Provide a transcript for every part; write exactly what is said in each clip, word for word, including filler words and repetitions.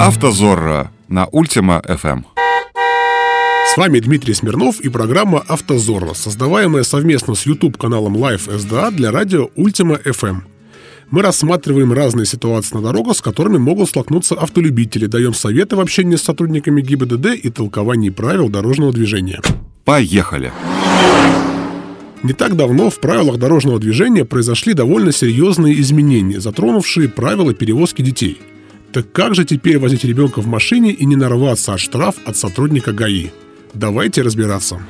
Автозорро на Ультима эф эм. С вами Дмитрий Смирнов и программа «Автозорро», создаваемая совместно с YouTube-каналом Live эс ди эй для радио Ультима эф эм. Мы рассматриваем разные ситуации на дорогах, с которыми могут столкнуться автолюбители, даем советы в общении с сотрудниками ГИБДД и толковании правил дорожного движения. Поехали! Не так давно в правилах дорожного движения произошли довольно серьезные изменения, затронувшие правила перевозки детей. Так как же теперь возить ребенка в машине и не нарваться от штраф от сотрудника ГАИ? Давайте разбираться.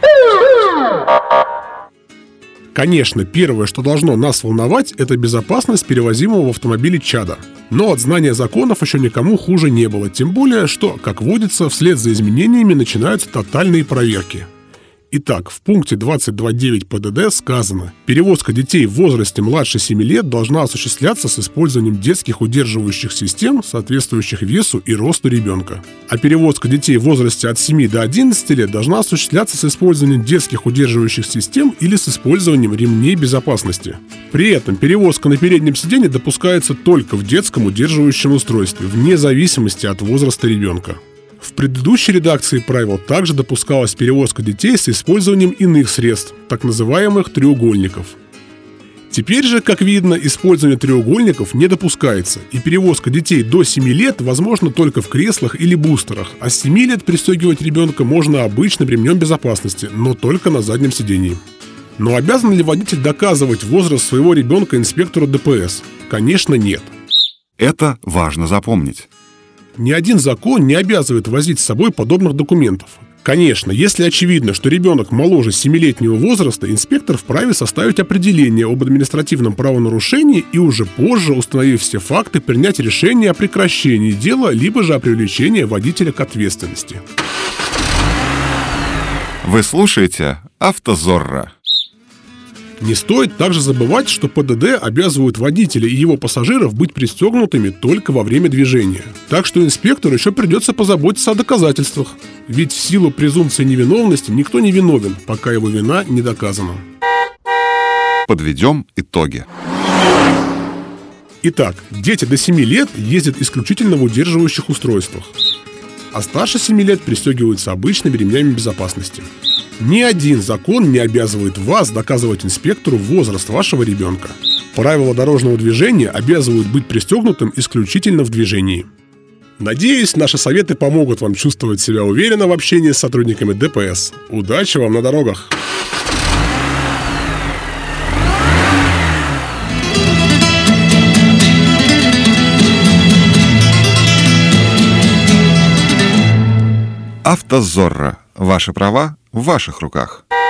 Конечно, первое, что должно нас волновать, это безопасность перевозимого в автомобиле чада. Но от знания законов еще никому хуже не было, тем более, что, как водится, вслед за изменениями начинаются тотальные проверки. Итак, в пункте двадцать два точка девять пэ дэ дэ сказано: перевозка детей в возрасте младше семи лет должна осуществляться с использованием детских удерживающих систем, соответствующих весу и росту ребенка. А перевозка детей в возрасте от семи до одиннадцати лет должна осуществляться с использованием детских удерживающих систем или с использованием ремней безопасности. При этом перевозка на переднем сиденье допускается только в детском удерживающем устройстве, вне зависимости от возраста ребенка. В предыдущей редакции правил также допускалась перевозка детей с использованием иных средств, так называемых треугольников. Теперь же, как видно, использование треугольников не допускается, и перевозка детей до семи лет возможна только в креслах или бустерах, а с семи лет пристегивать ребенка можно обычным ремнем безопасности, но только на заднем сидении. Но обязан ли водитель доказывать возраст своего ребенка инспектору дэ пэ эс? Конечно, нет. Это важно запомнить. Ни один закон не обязывает возить с собой подобных документов. Конечно, если очевидно, что ребенок моложе семилетнего возраста, инспектор вправе составить определение об административном правонарушении и уже позже, установив все факты, принять решение о прекращении дела, либо же о привлечении водителя к ответственности. Вы слушаете «Автозорро». Не стоит также забывать, что пэ дэ дэ обязывают водителя и его пассажиров быть пристегнутыми только во время движения. Так что инспектору еще придется позаботиться о доказательствах. Ведь в силу презумпции невиновности никто не виновен, пока его вина не доказана. Подведем итоги. Итак, дети до семи лет ездят исключительно в удерживающих устройствах, а старше семи лет пристегиваются обычными ремнями безопасности. Ни один закон не обязывает вас доказывать инспектору возраст вашего ребенка. Правила дорожного движения обязывают быть пристегнутым исключительно в движении. Надеюсь, наши советы помогут вам чувствовать себя уверенно в общении с сотрудниками дэ пэ эс. Удачи вам на дорогах! «Автозорро». Ваши права в ваших руках.